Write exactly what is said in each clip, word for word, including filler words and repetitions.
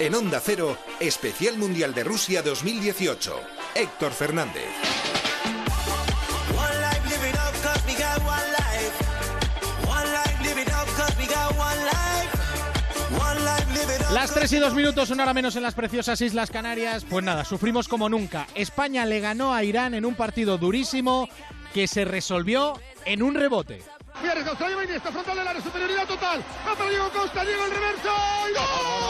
En Onda Cero, Especial Mundial de Rusia dos mil dieciocho. Héctor Fernández. Las tres y dos minutos, una hora menos en las preciosas Islas Canarias. Pues nada, sufrimos como nunca. España le ganó a Irán en un partido durísimo que se resolvió en un rebote. Fieres, Australia, Iniesta, frontal del área, superioridad total. Va para Diego Costa, Diego el reverso. ¡Y gol!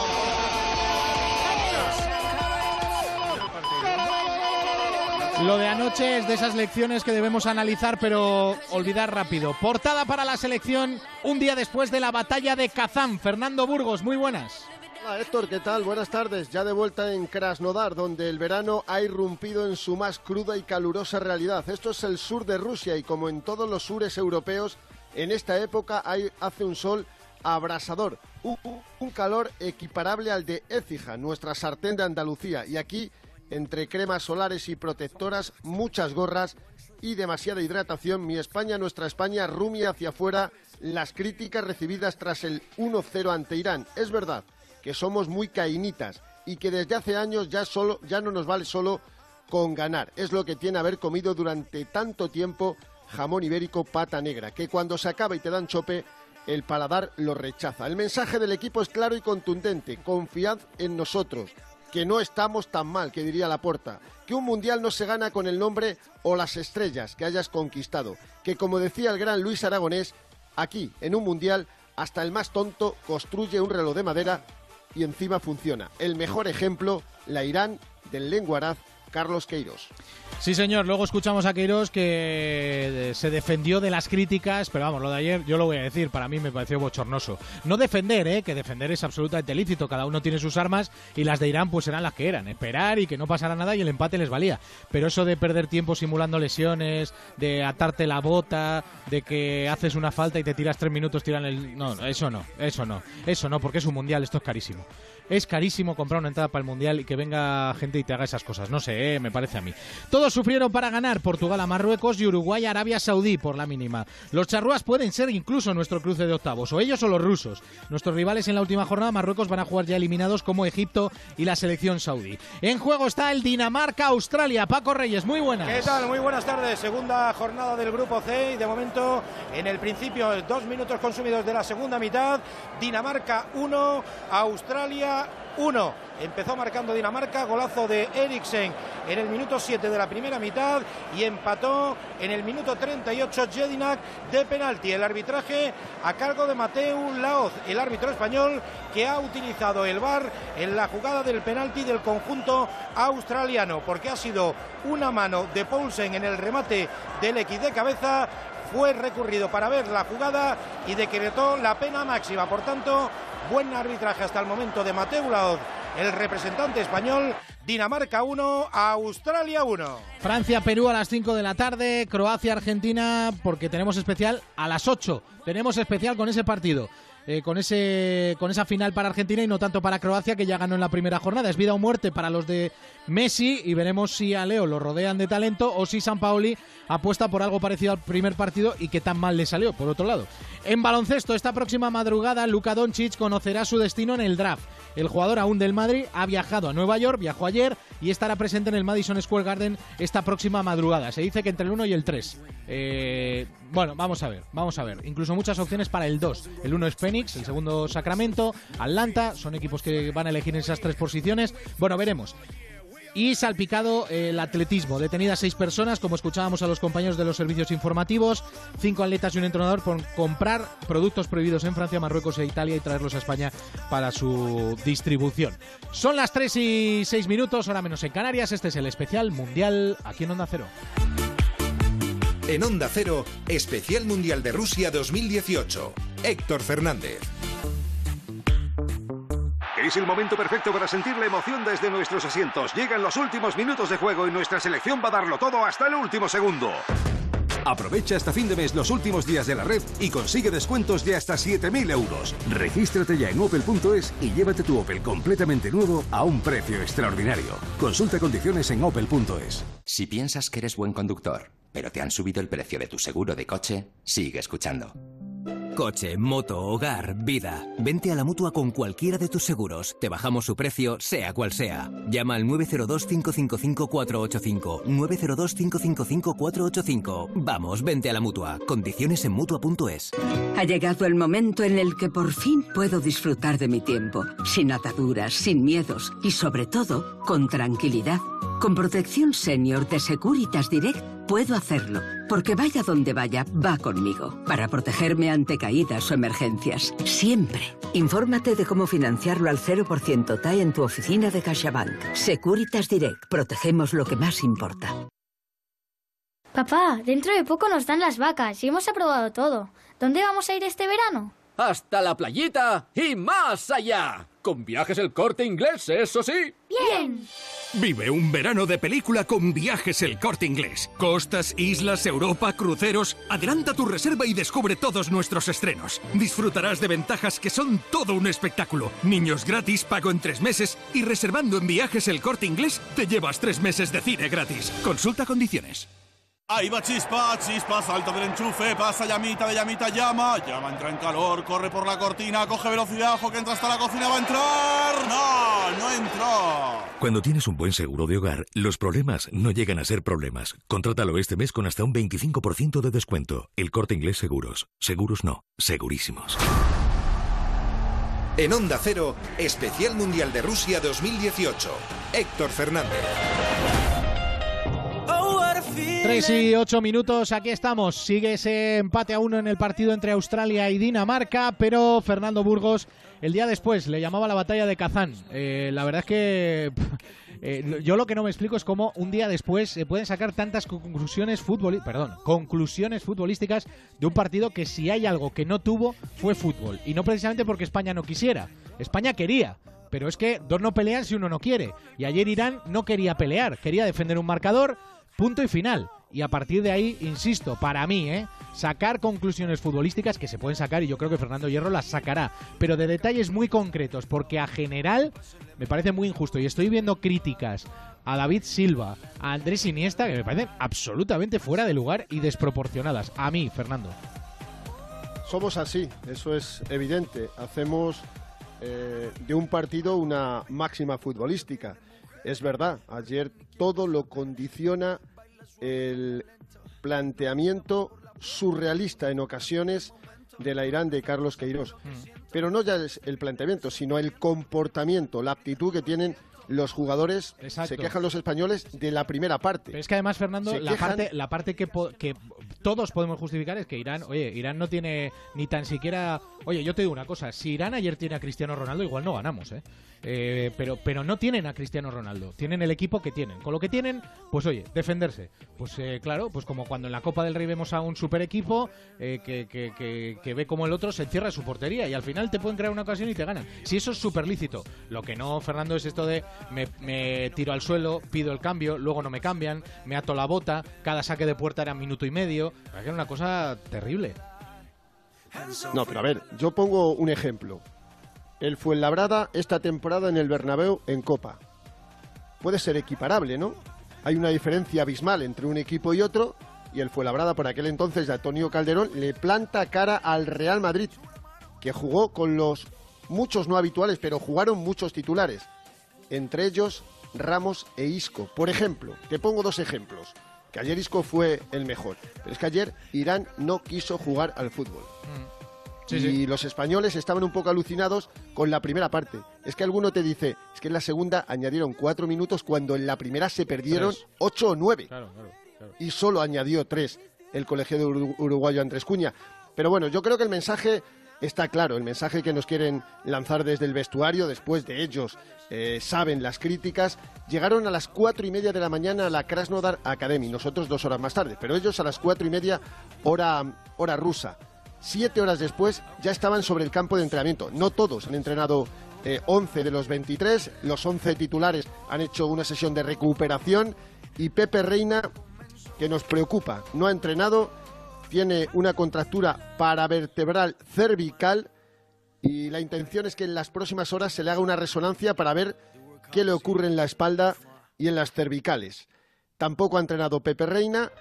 Lo de anoche es de esas lecciones que debemos analizar, pero olvidar rápido. Portada para la selección un día después de la batalla de Kazán. Fernando Burgos, muy buenas. Hola Héctor, ¿qué tal? Buenas tardes. Ya de vuelta en Krasnodar, donde el verano ha irrumpido en su más cruda y calurosa realidad. Esto es el sur de Rusia y como en todos los sures europeos, en esta época hay, hace un sol abrasador. Un, un calor equiparable al de Écija, nuestra sartén de Andalucía. Y aquí, entre cremas solares y protectoras, muchas gorras y demasiada hidratación, mi España, nuestra España, rumia hacia afuera las críticas recibidas tras el uno cero ante Irán. Es verdad que somos muy caínitas y que desde hace años ya, solo, ya no nos vale solo con ganar. Es lo que tiene haber comido durante tanto tiempo jamón ibérico pata negra, que cuando se acaba y te dan chope, el paladar lo rechaza. El mensaje del equipo es claro y contundente: confiad en nosotros, que no estamos tan mal, que diría Laporta, que un mundial no se gana con el nombre o las estrellas que hayas conquistado, que como decía el gran Luis Aragonés, aquí, en un mundial, hasta el más tonto construye un reloj de madera y encima funciona. El mejor ejemplo, la Irán del lenguaraz Carlos Queiroz. Sí, señor. Luego escuchamos a Queiroz que se defendió de las críticas, pero vamos, lo de ayer yo lo voy a decir, para mí me pareció bochornoso. No defender, ¿eh? Que defender es absolutamente lícito, cada uno tiene sus armas y las de Irán pues eran las que eran, esperar y que no pasara nada y el empate les valía. Pero eso de perder tiempo simulando lesiones, de atarte la bota, de que haces una falta y te tiras tres minutos, tiran el... No, eso no, eso no, eso no, porque es un mundial, esto es carísimo. Es carísimo comprar una entrada para el mundial y que venga gente y te haga esas cosas, no sé, ¿eh? Me parece a mí. Todos sufrieron para ganar, Portugal a Marruecos y Uruguay a Arabia Saudí por la mínima. Los charrúas pueden ser incluso nuestro cruce de octavos, o ellos o los rusos. Nuestros rivales en la última jornada, Marruecos, van a jugar ya eliminados como Egipto y la selección saudí. En juego está el Dinamarca-Australia. Paco Reyes, muy buenas. ¿Qué tal? Muy buenas tardes. Segunda jornada del grupo C y de momento, en el principio, dos minutos consumidos de la segunda mitad. Dinamarca uno, Australia uno. Empezó marcando Dinamarca, golazo de Eriksen en el minuto siete de la primera mitad y empató en el minuto treinta y ocho Jedinak de penalti. El arbitraje a cargo de Mateu Laoz, el árbitro español que ha utilizado el V A R en la jugada del penalti del conjunto australiano, porque ha sido una mano de Poulsen en el remate del X de cabeza. Fue recurrido para ver la jugada y decretó la pena máxima. Por tanto, buen arbitraje hasta el momento de Mateu Laoz, el representante español. Dinamarca uno, Australia uno. Francia-Perú a las cinco de la tarde, Croacia-Argentina, porque tenemos especial a las ocho. Tenemos especial con ese partido. Eh, con ese con esa final para Argentina y no tanto para Croacia, que ya ganó en la primera jornada. Es vida o muerte para los de Messi y veremos si a Leo lo rodean de talento o si Sampaoli apuesta por algo parecido al primer partido y que tan mal le salió, por otro lado. En baloncesto, esta próxima madrugada, Luka Doncic conocerá su destino en el draft. El jugador aún del Madrid ha viajado a Nueva York, viajó ayer y estará presente en el Madison Square Garden esta próxima madrugada. Se dice que entre el uno y el tres. Eh, bueno, vamos a ver, vamos a ver. Incluso muchas opciones para el dos. El uno es Phoenix, el segundo Sacramento, Atlanta, son equipos que van a elegir en esas tres posiciones. Bueno, veremos. Y salpicado el atletismo. Detenidas seis personas, como escuchábamos a los compañeros de los servicios informativos. Cinco atletas y un entrenador por comprar productos prohibidos en Francia, Marruecos e Italia y traerlos a España para su distribución. Son las tres y seis minutos, hora menos en Canarias. Este es el especial mundial aquí en Onda Cero. En Onda Cero, Especial Mundial de Rusia dos mil dieciocho. Héctor Fernández. Es el momento perfecto para sentir la emoción desde nuestros asientos. Llegan los últimos minutos de juego y nuestra selección va a darlo todo hasta el último segundo. Aprovecha hasta fin de mes los últimos días de la red y consigue descuentos de hasta siete mil euros. Regístrate ya en opel punto es y llévate tu Opel completamente nuevo a un precio extraordinario. Consulta condiciones en opel punto es. Si piensas que eres buen conductor, pero te han subido el precio de tu seguro de coche, sigue escuchando. Coche, moto, hogar, vida. Vente a la Mutua con cualquiera de tus seguros. Te bajamos su precio, sea cual sea. Llama al nueve cero dos, cinco cinco cinco, cuatro ocho cinco. nueve cero dos, cinco cinco cinco, cuatro ocho cinco. Vamos, vente a la Mutua. Condiciones en Mutua punto es. Ha llegado el momento en el que por fin puedo disfrutar de mi tiempo. Sin ataduras, sin miedos y sobre todo, con tranquilidad. Con protección senior de Securitas Direct puedo hacerlo, porque vaya donde vaya, va conmigo, para protegerme ante caídas o emergencias, siempre. Infórmate de cómo financiarlo al cero por ciento T A E en tu oficina de CaixaBank. Securitas Direct, protegemos lo que más importa. Papá, dentro de poco nos dan las vacas y hemos aprobado todo. ¿Dónde vamos a ir este verano? Hasta la playita y más allá. Con Viajes El Corte Inglés, eso sí. ¡Bien! Vive un verano de película con Viajes El Corte Inglés. Costas, islas, Europa, cruceros. Adelanta tu reserva y descubre todos nuestros estrenos. Disfrutarás de ventajas que son todo un espectáculo. Niños gratis, pago en tres meses y reservando en Viajes El Corte Inglés te llevas tres meses de cine gratis. Consulta condiciones. Ahí va Chispa, Chispa, salta del enchufe, pasa Llamita, de Llamita llama, llama, entra en calor, corre por la cortina, coge velocidad, ojo que entra hasta la cocina, va a entrar. ¡No! ¡No entró! Cuando tienes un buen seguro de hogar, los problemas no llegan a ser problemas. Contrátalo este mes con hasta un veinticinco por ciento de descuento. El Corte Inglés Seguros. Seguros no, segurísimos. En Onda Cero, Especial Mundial de Rusia dos mil dieciocho. Héctor Fernández. Tres y ocho minutos, aquí estamos. Sigue ese empate a uno en el partido entre Australia y Dinamarca, pero Fernando Burgos, el día después, le llamaba la batalla de Kazán. Eh, la verdad es que eh, yo lo que no me explico es cómo un día después se pueden sacar tantas conclusiones futbol, perdón, conclusiones futbolísticas de un partido que, si hay algo que no tuvo, fue fútbol. Y no precisamente porque España no quisiera. España quería. Pero es que dos no pelean si uno no quiere. Y ayer Irán no quería pelear, quería defender un marcador, punto y final. Y a partir de ahí, insisto, para mí, ¿eh? sacar conclusiones futbolísticas que se pueden sacar, y yo creo que Fernando Hierro las sacará, pero de detalles muy concretos, porque a general me parece muy injusto. Y estoy viendo críticas a David Silva, a Andrés Iniesta, que me parecen absolutamente fuera de lugar y desproporcionadas. A mí, Fernando. Somos así, eso es evidente. Hacemos eh, de un partido una máxima futbolística. Es verdad, ayer todo lo condiciona el planteamiento surrealista en ocasiones de la Irán de Carlos Queiroz. Mm. Pero no ya es el planteamiento, sino el comportamiento, la actitud que tienen los jugadores. Exacto. Se quejan los españoles de la primera parte. Pero es que además, Fernando, la parte, la parte que, po que todos podemos justificar es que Irán, oye, Irán no tiene ni tan siquiera... Oye, yo te digo una cosa, si Irán ayer tiene a Cristiano Ronaldo, igual no ganamos, ¿eh? Eh, pero, pero no tienen a Cristiano Ronaldo, tienen el equipo que tienen. Con lo que tienen, pues oye, defenderse. Pues eh, claro, pues como cuando en la Copa del Rey vemos a un super equipo eh, que, que, que, que ve como el otro se encierra en su portería y al final te pueden crear una ocasión y te ganan. Si eso es súper lícito. Lo que no, Fernando, es esto de me, me tiro al suelo, pido el cambio, luego no me cambian, me ato la bota, cada saque de puerta era minuto y medio. Era una cosa terrible. No, pero a ver, yo pongo un ejemplo. El Fuenlabrada esta temporada en el Bernabéu en Copa. Puede ser equiparable, ¿no? Hay una diferencia abismal entre un equipo y otro, y el Fuenlabrada por aquel entonces de Antonio Calderón le planta cara al Real Madrid, que jugó con los muchos no habituales, pero jugaron muchos titulares, entre ellos Ramos e Isco. Por ejemplo, te pongo dos ejemplos, que ayer Isco fue el mejor, pero es que ayer Irán no quiso jugar al fútbol. Mm. Sí, y sí. Los españoles estaban un poco alucinados con la primera parte. Es que alguno te dice, es que en la segunda añadieron cuatro minutos cuando en la primera se perdieron tres. ocho o nueve. Claro, claro, claro. Y solo añadió tres el colegiado uruguayo Andrés Cuña. Pero bueno, yo creo que el mensaje está claro, el mensaje que nos quieren lanzar desde el vestuario, después de ellos eh, saben las críticas. Llegaron a las cuatro y media de la mañana a la Krasnodar Academy, nosotros dos horas más tarde, pero ellos a las cuatro y media hora, hora rusa. Siete horas después ya estaban sobre el campo de entrenamiento. No todos han entrenado eh, once de los veintitrés. Los once titulares han hecho una sesión de recuperación. Y Pepe Reina, que nos preocupa, no ha entrenado. Tiene una contractura paravertebral cervical. Y la intención es que en las próximas horas se le haga una resonancia para ver qué le ocurre en la espalda y en las cervicales. Tampoco ha entrenado Pepe Reina.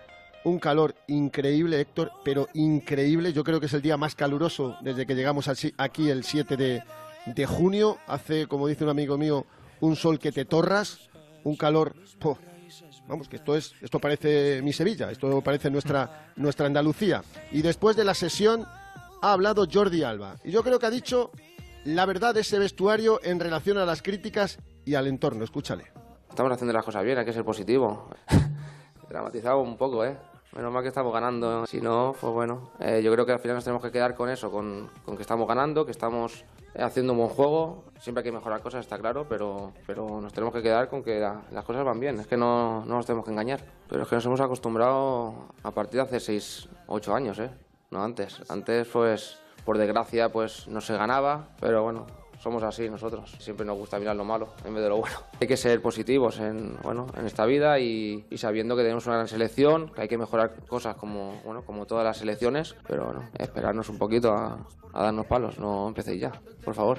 un calor increíble, Héctor, pero increíble. Yo creo que es el día más caluroso desde que llegamos aquí el siete de junio. Hace, como dice un amigo mío, un sol que te torras, un calor... ¡Poh! Vamos, que esto es, esto parece mi Sevilla, esto parece nuestra, nuestra Andalucía. Y después de la sesión ha hablado Jordi Alba. Y yo creo que ha dicho la verdad de ese vestuario en relación a las críticas y al entorno. Escúchale. Estamos haciendo las cosas bien, hay que ser positivo. Dramatizado un poco, ¿eh? Menos mal que estamos ganando. Si no, pues bueno, eh, yo creo que al final nos tenemos que quedar con eso, con, con que estamos ganando, que estamos haciendo un buen juego. Siempre hay que mejorar cosas, está claro, pero, pero nos tenemos que quedar con que la, las cosas van bien. Es que no, no nos tenemos que engañar. Pero es que nos hemos acostumbrado a partir de hace seis, ocho años, ¿eh? No antes. Antes, pues, por desgracia, pues no se ganaba, pero bueno... Somos así nosotros, siempre nos gusta mirar lo malo en vez de lo bueno. Hay que ser positivos en, bueno, en esta vida y, y sabiendo que tenemos una gran selección, que hay que mejorar cosas como, bueno, como todas las selecciones, pero bueno, esperarnos un poquito a, a darnos palos, no empecéis ya, por favor.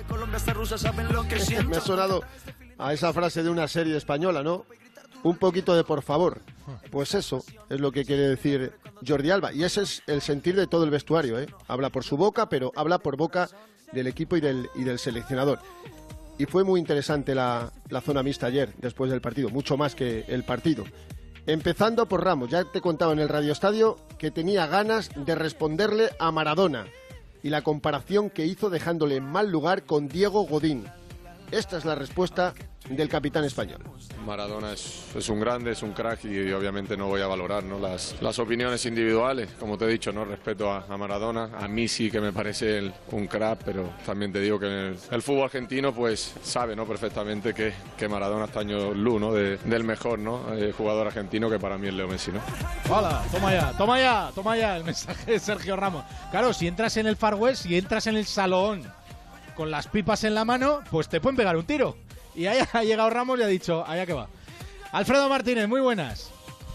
Me ha sonado a esa frase de una serie española, ¿no? Un poquito de por favor. Pues eso es lo que quiere decir Jordi Alba, y ese es el sentir de todo el vestuario, ¿eh? Habla por su boca, pero habla por boca del equipo y del, y del seleccionador. Y fue muy interesante la, la zona mixta ayer, después del partido, mucho más que el partido. Empezando por Ramos, ya te contaba en el Radio Estadio que tenía ganas de responderle a Maradona y la comparación que hizo dejándole en mal lugar con Diego Godín. Esta es la respuesta del capitán español. Maradona es, es un grande, es un crack y, y obviamente no voy a valorar, ¿no? las, las opiniones individuales. Como te he dicho, no respeto a, a Maradona. A mí sí que me parece el, un crack, pero también te digo que en el, el fútbol argentino pues sabe, ¿no? perfectamente que, que Maradona está año luz, ¿no? de, del mejor, ¿no? eh, jugador argentino, que para mí es Leo Messi, ¿no? Hola, toma ya, toma ya, toma ya el mensaje de Sergio Ramos. Claro, si entras en el Far West, si entras en el salón con las pipas en la mano, pues te pueden pegar un tiro. Y ahí ha llegado Ramos y ha dicho, allá que va. Alfredo Martínez, muy buenas.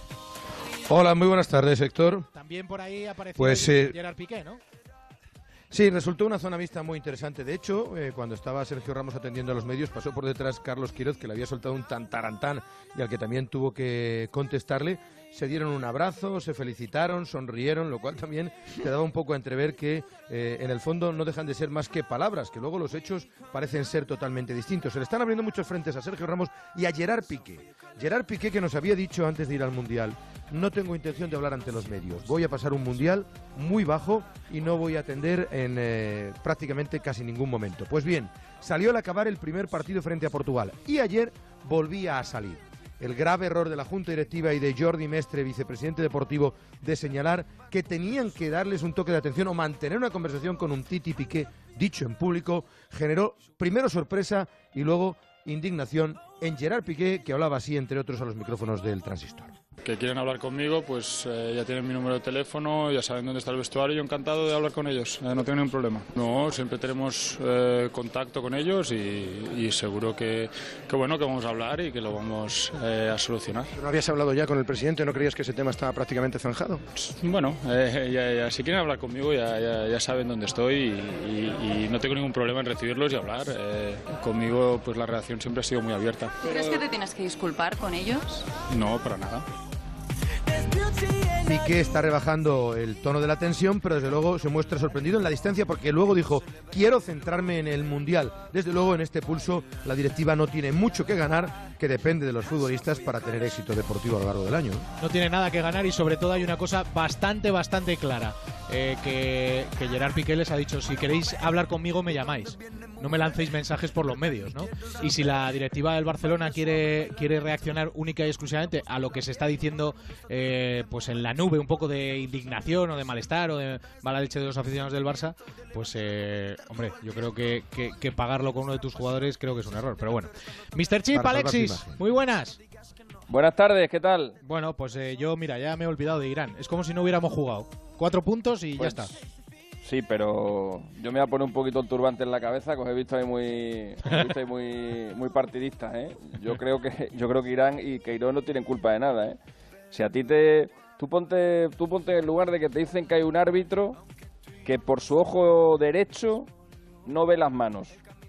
Hola, muy buenas tardes, Héctor. También por ahí apareció pues, eh, Gerard Piqué, ¿no? Sí, resultó una zona mixta muy interesante. De hecho, eh, cuando estaba Sergio Ramos atendiendo a los medios, pasó por detrás Carlos Queiroz, que le había soltado un tantarantán y al que también tuvo que contestarle. Se dieron un abrazo, se felicitaron, sonrieron, lo cual también te daba un poco a entrever que eh, en el fondo no dejan de ser más que palabras, que luego los hechos parecen ser totalmente distintos. Se le están abriendo muchos frentes a Sergio Ramos y a Gerard Piqué. Gerard Piqué, que nos había dicho antes de ir al Mundial: no tengo intención de hablar ante los medios, voy a pasar un Mundial muy bajo y no voy a atender en eh, prácticamente casi ningún momento. Pues bien, salió al acabar el primer partido frente a Portugal y ayer volvía a salir. El grave error de la Junta Directiva y de Jordi Mestre, vicepresidente deportivo, de señalar que tenían que darles un toque de atención o mantener una conversación con un Titi Piqué, dicho en público, generó primero sorpresa y luego indignación en Gerard Piqué, que hablaba así, entre otros, a los micrófonos del Transistor. Que quieren hablar conmigo, pues eh, ya tienen mi número de teléfono, ya saben dónde está el vestuario, yo encantado de hablar con ellos, eh, no tengo ningún problema. No, siempre tenemos eh, contacto con ellos y, y seguro que, que bueno, que vamos a hablar y que lo vamos eh, a solucionar. ¿No habías hablado ya con el presidente? ¿No creías que ese tema estaba prácticamente zanjado? Bueno, eh, ya, ya, si quieren hablar conmigo ya, ya, ya saben dónde estoy y, y, y no tengo ningún problema en recibirlos y hablar. Eh, conmigo pues la relación siempre ha sido muy abierta. ¿Crees que te tienes que disculpar con ellos? No, para nada. Piqué está rebajando el tono de la tensión, pero desde luego se muestra sorprendido en la distancia porque luego dijo: quiero centrarme en el Mundial. Desde luego en este pulso la directiva no tiene mucho que ganar, que depende de los futbolistas para tener éxito deportivo a lo largo del año. No tiene nada que ganar y sobre todo hay una cosa bastante, bastante clara, eh, que, que Gerard Piqué les ha dicho: si queréis hablar conmigo me llamáis. No me lancéis mensajes por los medios, ¿no? Y si la directiva del Barcelona quiere, quiere reaccionar única y exclusivamente a lo que se está diciendo eh, pues en la nube, un poco de indignación o de malestar o de mala leche de los aficionados del Barça, pues, eh, hombre, yo creo que, que, que pagarlo con uno de tus jugadores creo que es un error. Pero bueno. mister Chip, Alexis, muy buenas. Buenas tardes, ¿qué tal? Bueno, pues eh, yo, mira, ya me he olvidado de Irán. Es como si no hubiéramos jugado. Cuatro puntos y pues... ya está. Sí, pero yo me voy a poner un poquito el turbante en la cabeza, que os he visto ahí muy, os he visto ahí muy, muy partidistas, ¿eh? Yo creo que, yo creo que Irán y Queiroz no tienen culpa de nada, ¿eh? Si a ti te, tú ponte, tú ponte en el lugar de que te dicen que hay un árbitro que por su ojo derecho no ve las manos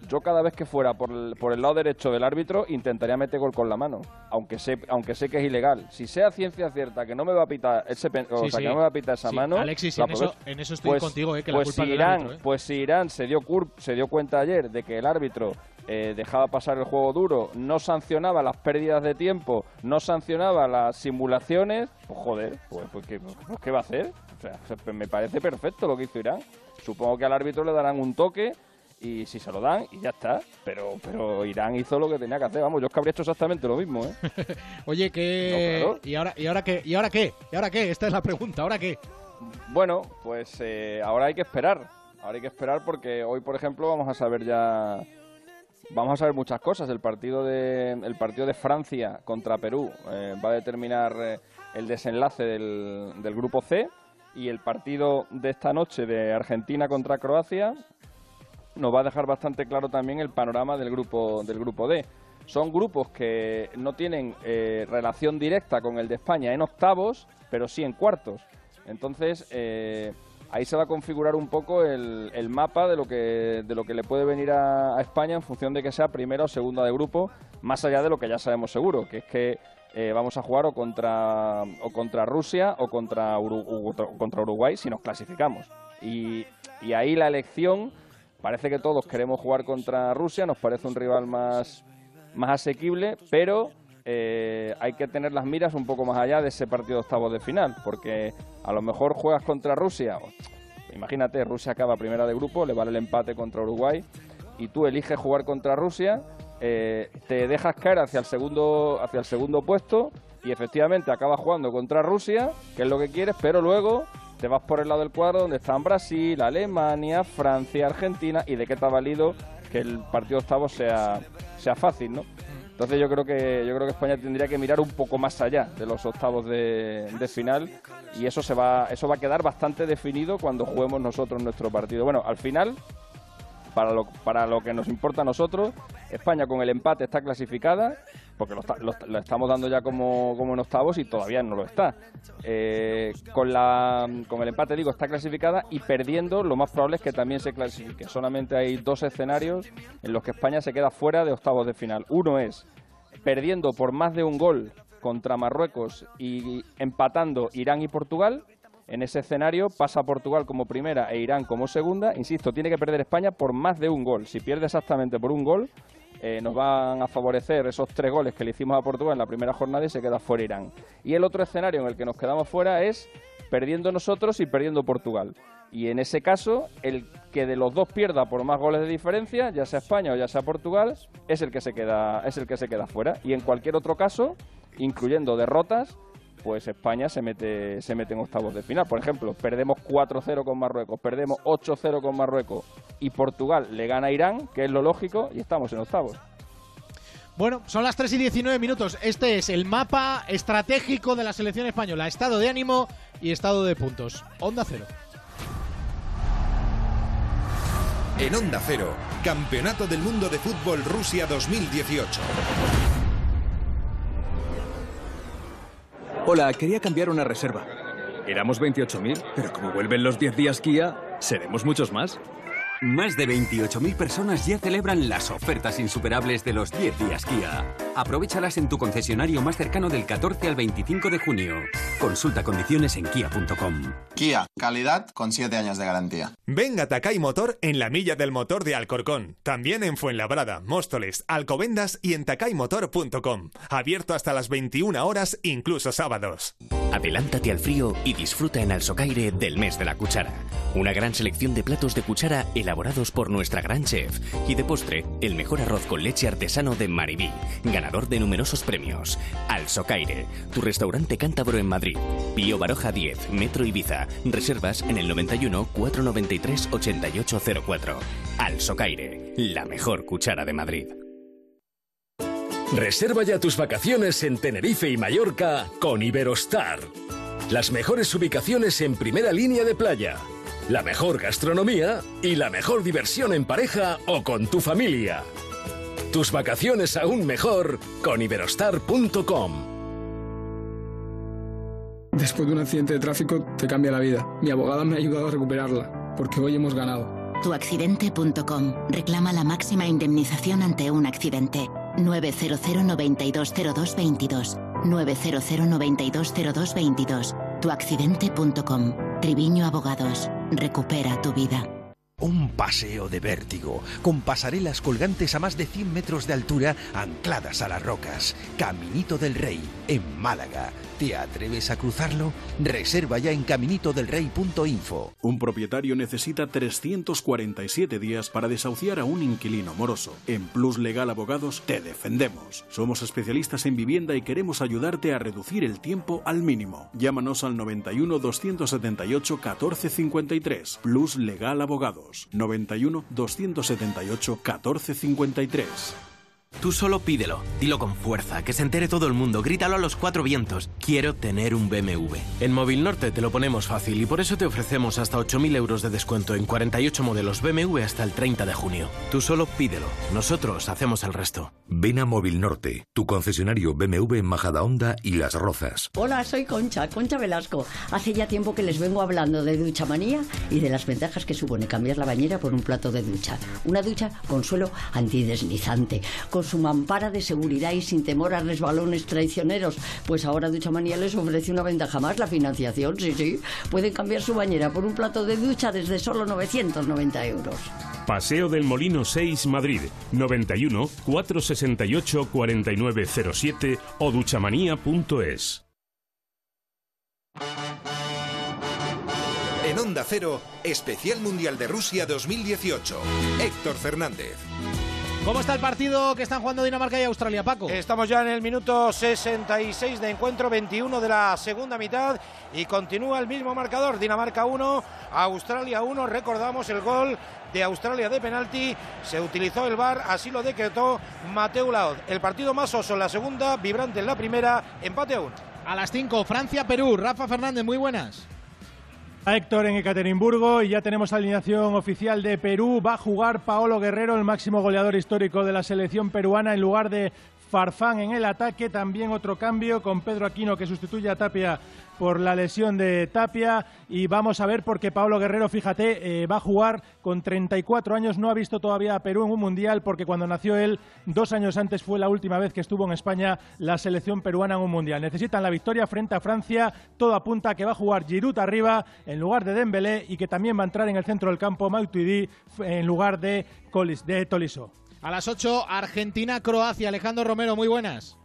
yo cada vez que fuera por el, por el lado derecho del árbitro intentaría meter gol con la mano, aunque sé, aunque sé que es ilegal. Si sea ciencia cierta que no me va a pitar ese, o sí, sea, sí. que no me va a pitar esa sí, mano, Alexis, en eso, en eso estoy pues, contigo, eh, que la pues culpa si es del Irán, árbitro, eh. pues si Irán se dio cur, se dio cuenta ayer de que el árbitro eh, dejaba pasar el juego duro, no sancionaba las pérdidas de tiempo, no sancionaba las simulaciones, pues joder, pues, pues, ¿qué, pues ¿qué va a hacer? O sea, me parece perfecto lo que hizo Irán. Supongo que al árbitro le darán un toque y si se lo dan y ya está, pero pero Irán hizo lo que tenía que hacer. Vamos, yo es que habría hecho exactamente lo mismo, ¿eh? Oye, ¿qué? No, claro. ¿Y ahora y ahora qué? ¿Y ahora qué? ¿Y ahora qué? Esta es la pregunta, ¿ahora qué? Bueno, pues eh, ahora hay que esperar. Ahora hay que esperar porque hoy, por ejemplo, vamos a saber ya vamos a saber muchas cosas. El partido de el partido de Francia contra Perú eh, va a determinar eh, el desenlace del, del grupo C, y el partido de esta noche de Argentina contra Croacia nos va a dejar bastante claro también el panorama del grupo del grupo D. Son grupos que no tienen eh, relación directa con el de España en octavos, pero sí en cuartos. Entonces, eh, ahí se va a configurar un poco el, el mapa de lo que de lo que le puede venir a, a España en función de que sea primera o segunda de grupo, más allá de lo que ya sabemos seguro, que es que eh, vamos a jugar o contra o contra Rusia o contra, Uru, o contra Uruguay si nos clasificamos. Y, y ahí la elección, parece que todos queremos jugar contra Rusia, nos parece un rival más, más asequible, pero eh, hay que tener las miras un poco más allá de ese partido de octavos de final, porque a lo mejor juegas contra Rusia, imagínate, Rusia acaba primera de grupo, le vale el empate contra Uruguay, y tú eliges jugar contra Rusia, eh, te dejas caer hacia el segundo, hacia el segundo puesto, y efectivamente acabas jugando contra Rusia, que es lo que quieres, pero luego te vas por el lado del cuadro donde están Brasil, Alemania, Francia, Argentina, y de qué te ha valido que el partido octavo sea, sea fácil, ¿no? Entonces yo creo que yo creo que España tendría que mirar un poco más allá de los octavos de, de final, y eso se va eso va a quedar bastante definido cuando juguemos nosotros nuestro partido. Bueno, al final, para lo, para lo que nos importa a nosotros, España con el empate está clasificada, porque lo, está, lo, lo estamos dando ya como, como en octavos y todavía no lo está. Eh, con, la, con el empate, digo, está clasificada, y perdiendo lo más probable es que también se clasifique. Solamente hay dos escenarios en los que España se queda fuera de octavos de final. Uno es perdiendo por más de un gol contra Marruecos y empatando Irán y Portugal. En ese escenario pasa Portugal como primera e Irán como segunda. Insisto, tiene que perder España por más de un gol. Si pierde exactamente por un gol, eh, nos van a favorecer esos tres goles que le hicimos a Portugal en la primera jornada y se queda fuera Irán. Y el otro escenario en el que nos quedamos fuera es perdiendo nosotros y perdiendo Portugal. Y en ese caso, el que de los dos pierda por más goles de diferencia, ya sea España o ya sea Portugal, es el que se queda, es el que se queda fuera. Y en cualquier otro caso, incluyendo derrotas, pues España se mete se mete en octavos de final. Por ejemplo, perdemos cuatro cero con Marruecos, perdemos ocho cero con Marruecos y Portugal le gana a Irán, que es lo lógico, y estamos en octavos. Bueno, son las tres y diecinueve minutos. Este es el mapa estratégico de la selección española. Estado de ánimo y estado de puntos. Onda Cero. En Onda Cero, Campeonato del Mundo de Fútbol Rusia dos mil dieciocho. Hola, quería cambiar una reserva. Éramos veintiocho mil, pero como vuelven los diez días Kia, seremos muchos más. Más de veintiocho mil personas ya celebran las ofertas insuperables de los diez días Kia. Aprovéchalas en tu concesionario más cercano del catorce al veinticinco de junio. Consulta condiciones en kia punto com. Kia, calidad con siete años de garantía. Ven a Takay Motor en la Milla del Motor de Alcorcón. También en Fuenlabrada, Móstoles, Alcobendas y en takay motor punto com. Abierto hasta las veintiuna horas, incluso sábados. Adelántate al frío y disfruta en Alsocaire del mes de la cuchara. Una gran selección de platos de cuchara elaborados por nuestra gran chef. Y de postre, el mejor arroz con leche artesano de Maribí, ganador de numerosos premios. Alsocaire, tu restaurante cántabro en Madrid. Pío Baroja diez, Metro Ibiza. Reservas en el noventa y uno, cuatrocientos noventa y tres, ochenta y ocho cero cuatro. Alsocaire, la mejor cuchara de Madrid. Reserva ya tus vacaciones en Tenerife y Mallorca con Iberostar. Las mejores ubicaciones en primera línea de playa, la mejor gastronomía y la mejor diversión en pareja o con tu familia. Tus vacaciones aún mejor con iberostar punto com. Después de un accidente de tráfico te cambia la vida. Mi abogada me ha ayudado a recuperarla, porque hoy hemos ganado. tu accidente punto com. Reclama la máxima indemnización ante un accidente. nueve cero cero, noventa y dos cero dos, veintidós. nueve cero cero, noventa y dos cero dos, veintidós. tu accidente punto com. Triviño Abogados. Recupera tu vida. Un paseo de vértigo, con pasarelas colgantes a más de cien metros de altura ancladas a las rocas. Caminito del Rey, en Málaga. ¿Te atreves a cruzarlo? Reserva ya en caminito del rey punto info. Un propietario necesita trescientos cuarenta y siete días para desahuciar a un inquilino moroso. En Plus Legal Abogados te defendemos. Somos especialistas en vivienda y queremos ayudarte a reducir el tiempo al mínimo. Llámanos al noventa y uno, doscientos setenta y ocho, catorce cincuenta y tres. Plus Legal Abogados. noventa y uno, doscientos setenta y ocho, catorce cincuenta y tres. Tú solo pídelo, dilo con fuerza, que se entere todo el mundo, grítalo a los cuatro vientos. Quiero tener un B M W. En Móvil Norte te lo ponemos fácil y por eso te ofrecemos hasta ocho mil euros de descuento en cuarenta y ocho modelos B M W hasta el treinta de junio. Tú solo pídelo, nosotros hacemos el resto. Ven a Móvil Norte, tu concesionario B M W en Majadahonda y Las Rozas. Hola, soy Concha, Concha Velasco. Hace ya tiempo que les vengo hablando de Duchamanía y de las ventajas que supone cambiar la bañera por un plato de ducha. Una ducha con suelo antideslizante, con su mampara de seguridad y sin temor a resbalones traicioneros. Pues ahora Duchamanía les ofrece una ventaja más, la financiación, sí, sí. Pueden cambiar su bañera por un plato de ducha desde solo novecientos noventa euros. Paseo del Molino seis, Madrid, noventa y uno, cuatrocientos sesenta y ocho, cuarenta y nueve cero siete o duchamanía punto es. En Onda Cero, Especial Mundial de Rusia dos mil dieciocho. Héctor Fernández. ¿Cómo está el partido que están jugando Dinamarca y Australia, Paco? Estamos ya en el minuto sesenta y seis de encuentro, veintiuno de la segunda mitad y continúa el mismo marcador. Dinamarca uno, Australia uno. Recordamos el gol de Australia de penalti. Se utilizó el V A R, así lo decretó Mateu Laoz. El partido más oso en la segunda, vibrante en la primera, empate a uno. A las cinco, Francia-Perú. Rafa Fernández, muy buenas. A Héctor en Ekaterimburgo y ya tenemos alineación oficial de Perú. Va a jugar Paolo Guerrero, el máximo goleador histórico de la selección peruana, en lugar de Farfán en el ataque. También otro cambio con Pedro Aquino, que sustituye a Tapia por la lesión de Tapia. Y vamos a ver, porque Paolo Guerrero, fíjate, eh, va a jugar con treinta y cuatro años. No ha visto todavía a Perú en un mundial, porque cuando nació él, dos años antes, fue la última vez que estuvo en España la selección peruana en un mundial. Necesitan la victoria frente a Francia. Todo apunta a que va a jugar Giroud arriba en lugar de Dembélé y que también va a entrar en el centro del campo Matuidi en lugar de, Colis, de Tolisso. A las ocho, Argentina-Croacia. Alejandro Romero, muy buenas.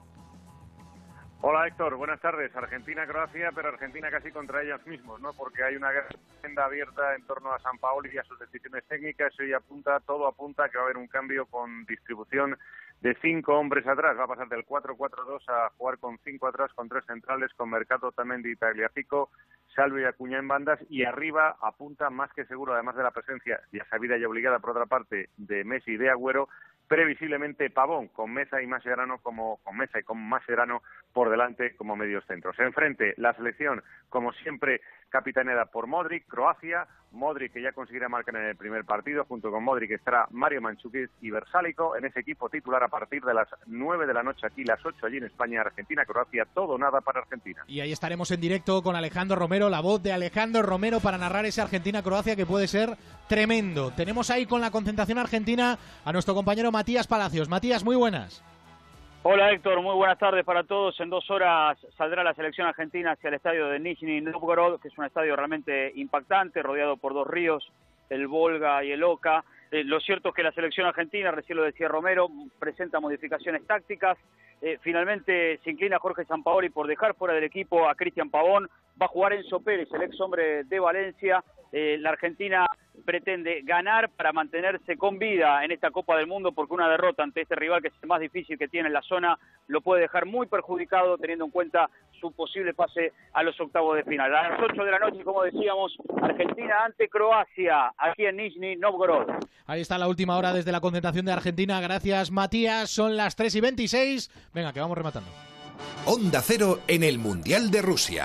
Hola Héctor, buenas tardes. Argentina-Croacia, pero Argentina casi contra ellas mismos, ¿no? Porque hay una agenda abierta en torno a Sampaoli y a sus decisiones técnicas. Y apunta, todo apunta a que va a haber un cambio con distribución de cinco hombres atrás. Va a pasar del cuatro cuatro dos a jugar con cinco atrás, con tres centrales, con Mercato, Otamendi y Tagliafico, Salvo y Acuña en bandas, y arriba apunta más que seguro, además de la presencia ya sabida y obligada por otra parte de Messi y de Agüero, previsiblemente Pavón, con Meza y Mascherano como con Meza y con Mascherano por delante como medios centros. Enfrente, la selección, como siempre, capitaneada por Modric, Croacia, Modric que ya conseguirá marcar en el primer partido, junto con Modric estará Mario Mandžukić y Versálico en ese equipo titular a partir de las nueve de la noche aquí, las ocho allí en España, Argentina, Croacia, todo o nada para Argentina. Y ahí estaremos en directo con Alejandro Romero, la voz de Alejandro Romero para narrar ese Argentina-Croacia que puede ser tremendo. Tenemos ahí con la concentración argentina a nuestro compañero Matías Palacios. Matías, muy buenas. Hola Héctor, muy buenas tardes para todos. En dos horas saldrá la selección argentina hacia el estadio de Nizhny Novgorod, que es un estadio realmente impactante, rodeado por dos ríos, el Volga y el Oka. Eh, lo cierto es que la selección argentina, recién lo decía Romero, presenta modificaciones tácticas. Eh, finalmente se inclina Jorge Sampaoli por dejar fuera del equipo a Cristian Pavón. Va a jugar Enzo Pérez, el ex hombre de Valencia. Eh, la Argentina pretende ganar para mantenerse con vida en esta Copa del Mundo, porque una derrota ante este rival, que es el más difícil que tiene en la zona, lo puede dejar muy perjudicado, teniendo en cuenta su posible pase a los octavos de final. A las ocho de la noche, como decíamos, Argentina ante Croacia, aquí en Nizhny Novgorod. Ahí está la última hora desde la concentración de Argentina. Gracias, Matías. Son las tres y veintiséis. Venga, que vamos rematando. Onda Cero en el Mundial de Rusia.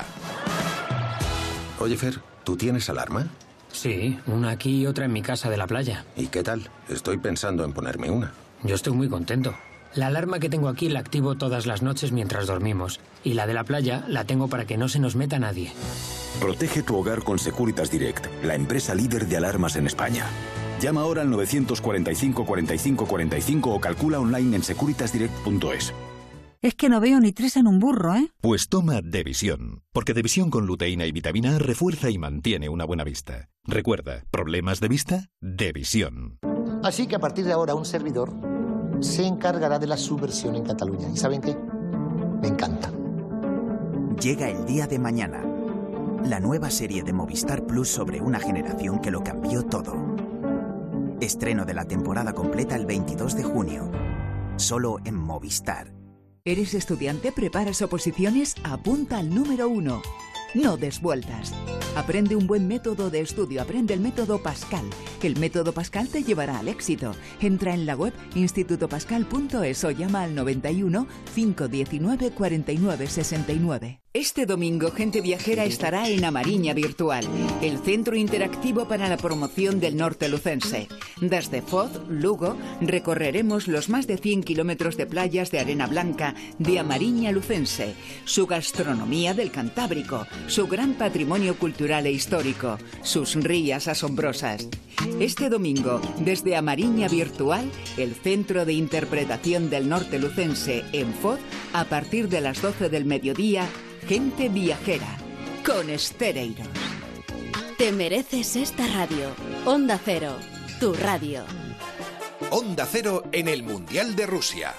Oye, Fer, ¿tú tienes alarma? Sí, una aquí y otra en mi casa de la playa. ¿Y qué tal? Estoy pensando en ponerme una. Yo estoy muy contento. La alarma que tengo aquí la activo todas las noches mientras dormimos. Y la de la playa la tengo para que no se nos meta nadie. Protege tu hogar con Securitas Direct, la empresa líder de alarmas en España. Llama ahora al novecientos cuarenta y cinco cuarenta y cinco cuarenta y cinco o calcula online en securitasdirect punto es. Es que no veo ni tres en un burro, ¿eh? Pues toma Devisión, porque Devisión con luteína y vitamina A refuerza y mantiene una buena vista. Recuerda, ¿problemas de vista? Devisión. Así que a partir de ahora un servidor se encargará de la subversión en Cataluña. ¿Y saben qué? Me encanta. Llega el día de mañana. La nueva serie de Movistar Plus sobre una generación que lo cambió todo. Estreno de la temporada completa el veintidós de junio. Solo en Movistar. ¿Eres estudiante? ¿Preparas oposiciones? Apunta al número uno. No des vueltas. Aprende un buen método de estudio. Aprende el método Pascal. El método Pascal te llevará al éxito. Entra en la web instituto pascal punto es o llama al noventa y uno, cinco diecinueve, cuarenta y nueve sesenta y nueve. Este domingo, Gente Viajera estará en Amariña Virtual, el centro interactivo para la promoción del norte lucense. Desde Foz, Lugo, recorreremos los más de cien kilómetros de playas de arena blanca de Amariña lucense, su gastronomía del Cantábrico, su gran patrimonio cultural e histórico, sus rías asombrosas. Este domingo, desde Amariña Virtual, el centro de interpretación del norte lucense en Foz, a partir de las doce del mediodía, Gente Viajera, con Estereiros. Te mereces esta radio. Onda Cero, tu radio. Onda Cero en el Mundial de Rusia.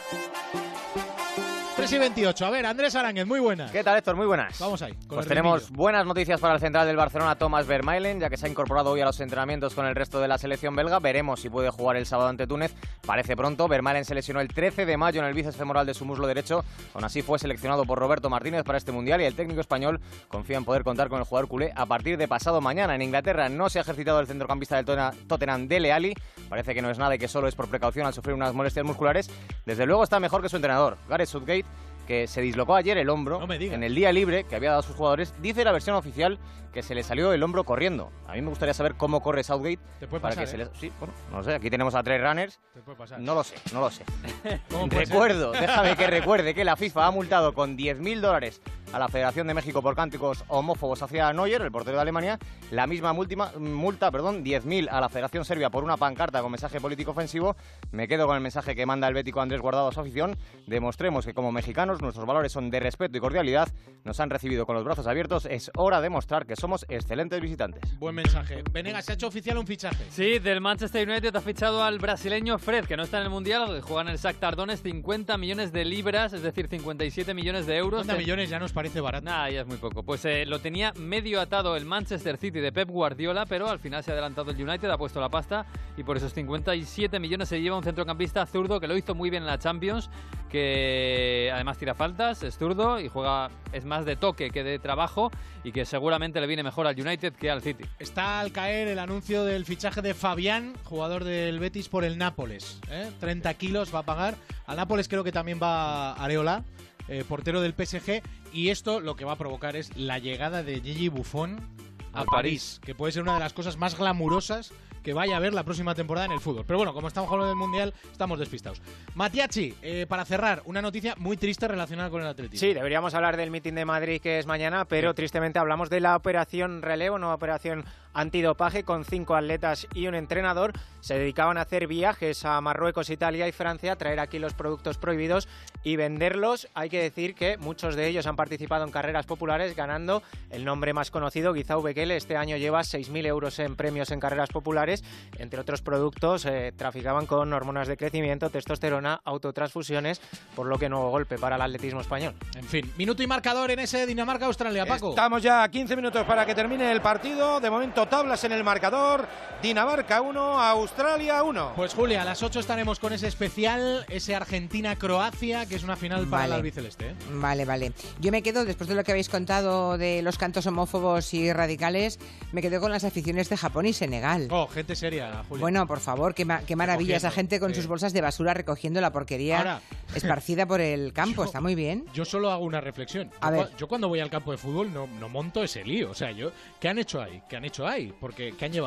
tres y veintiocho. A ver, Andrés Aránguez, muy buenas. ¿Qué tal, Héctor? Muy buenas. Vamos ahí. Pues tenemos buenas noticias para el central del Barcelona, Thomas Vermaelen, ya que se ha incorporado hoy a los entrenamientos con el resto de la selección belga. Veremos si puede jugar el sábado ante Túnez. Parece pronto. Vermaelen se lesionó el trece de mayo en el bíceps femoral de su muslo derecho. Aún así fue seleccionado por Roberto Martínez para este Mundial y el técnico español confía en poder contar con el jugador culé a partir de pasado mañana. En Inglaterra no se ha ejercitado el centrocampista del Tottenham, Dele Alli. Parece que no es nada y que solo es por precaución al sufrir unas molestias musculares. Desde luego está mejor que su entrenador, Gareth Southgate, que se dislocó ayer el hombro no en el día libre que había dado a sus jugadores. Dice la versión oficial que se le salió el hombro corriendo. A mí me gustaría saber cómo corre Southgate. Te puede para pasar, que se ¿eh? le... Sí, bueno, no lo sé. Aquí tenemos a tres runners. Te puede pasar. No lo sé, no lo sé. Recuerdo, Recuerdo, déjame que recuerde que la FIFA ha multado con diez mil dólares a la Federación de México por cánticos homófobos hacia Neuer, el portero de Alemania. La misma multima, multa, perdón, diez mil a la Federación Serbia por una pancarta con mensaje político ofensivo. Me quedo con el mensaje que manda el bético Andrés Guardado a su afición. Demostremos que como mexicanos nuestros valores son de respeto y cordialidad. Nos han recibido con los brazos abiertos. Es hora de mostrar que somos excelentes visitantes. Buen mensaje. Venegas, se ha hecho oficial un fichaje. Sí, del Manchester United ha fichado al brasileño Fred, que no está en el Mundial, juega en el Shakhtar Donetsk, cincuenta millones de libras, es decir, cincuenta y siete millones de euros. cincuenta millones ya nos parece barato. Nah, ya es muy poco. Pues eh, lo tenía medio atado el Manchester City de Pep Guardiola, pero al final se ha adelantado el United, ha puesto la pasta y por esos cincuenta y siete millones se lleva un centrocampista zurdo que lo hizo muy bien en la Champions, que además tira faltas, es zurdo y juega, es más de toque que de trabajo y que seguramente le viene mejor al United que al City. Está al caer el anuncio del fichaje de Fabián, jugador del Betis por el Nápoles. ¿eh? treinta kilos va a pagar. Al Nápoles creo que también va Areola, eh, portero del P S G, y esto lo que va a provocar es la llegada de Gigi Buffon a Al París, París, que puede ser una de las cosas más glamurosas que vaya a haber la próxima temporada en el fútbol. Pero bueno, como estamos hablando del Mundial, estamos despistados. Matiachi, eh, para cerrar, una noticia muy triste relacionada con el atletismo. Sí, deberíamos hablar del mitin de Madrid que es mañana, pero sí, tristemente hablamos de la operación relevo, nueva operación antidopaje con cinco atletas y un entrenador. Se dedicaban a hacer viajes a Marruecos, Italia y Francia, traer aquí los productos prohibidos y venderlos. Hay que decir que muchos de ellos han participado en carreras populares, ganando el nombre más conocido, Guizao Bekele. Este año lleva seis mil euros en premios en carreras populares. Entre otros productos, eh, traficaban con hormonas de crecimiento, testosterona, autotransfusiones, por lo que nuevo golpe para el atletismo español. En fin, minuto y marcador en ese Dinamarca-Australia, Paco. Estamos ya a quince minutos para que termine el partido. De momento tablas en el marcador. Dinamarca uno, Australia uno. Pues Julia, a las ocho estaremos con ese especial, ese Argentina-Croacia, que es una final para vale. el albiceleste. ¿eh? Vale, vale. Yo me quedo, después de lo que habéis contado de los cantos homófobos y radicales, me quedo con las aficiones de Japón y Senegal. Oh, gente seria, Julia. Bueno, por favor, qué, ma qué maravilla esa gente con eh. sus bolsas de basura recogiendo la porquería Ahora, esparcida por el campo. Yo, está muy bien. Yo solo hago una reflexión. A yo, ver. yo cuando voy al campo de fútbol no, no monto ese lío. O sea, yo ¿qué han hecho ahí? ¿Qué han hecho ahí? Porque ¿qué han llevado?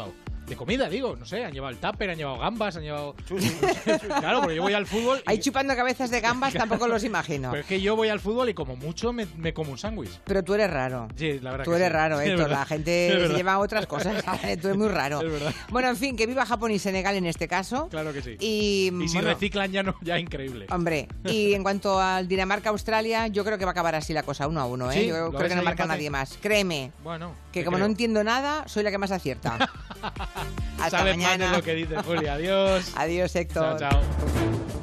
De comida, digo, no sé, han llevado el tupper, han llevado gambas, han llevado... Claro, porque yo voy al fútbol... Ahí chupando cabezas de gambas tampoco los imagino. Pero es que yo voy al fútbol y como mucho me, me como un sándwich. Pero tú eres raro. Sí, la verdad Tú que eres sí. raro, Es Héctor. verdad. La gente Es se verdad. lleva otras cosas. Tú eres muy raro. Es verdad. Bueno, en fin, que viva Japón y Senegal en este caso. Claro que sí. Y, Y si bueno, reciclan ya no, ya increíble. Hombre, y en cuanto al Dinamarca-Australia, yo creo que va a acabar así la cosa, uno a uno, ¿eh? Sí, Yo ¿lo creo ves que no ahí marca empate? nadie más. Créeme. Bueno, Que te como creo. no entiendo nada, soy la que más acierta. Hasta Sabes más mañana. de lo que dice Julia. Adiós. Adiós, Héctor. Chao, chao.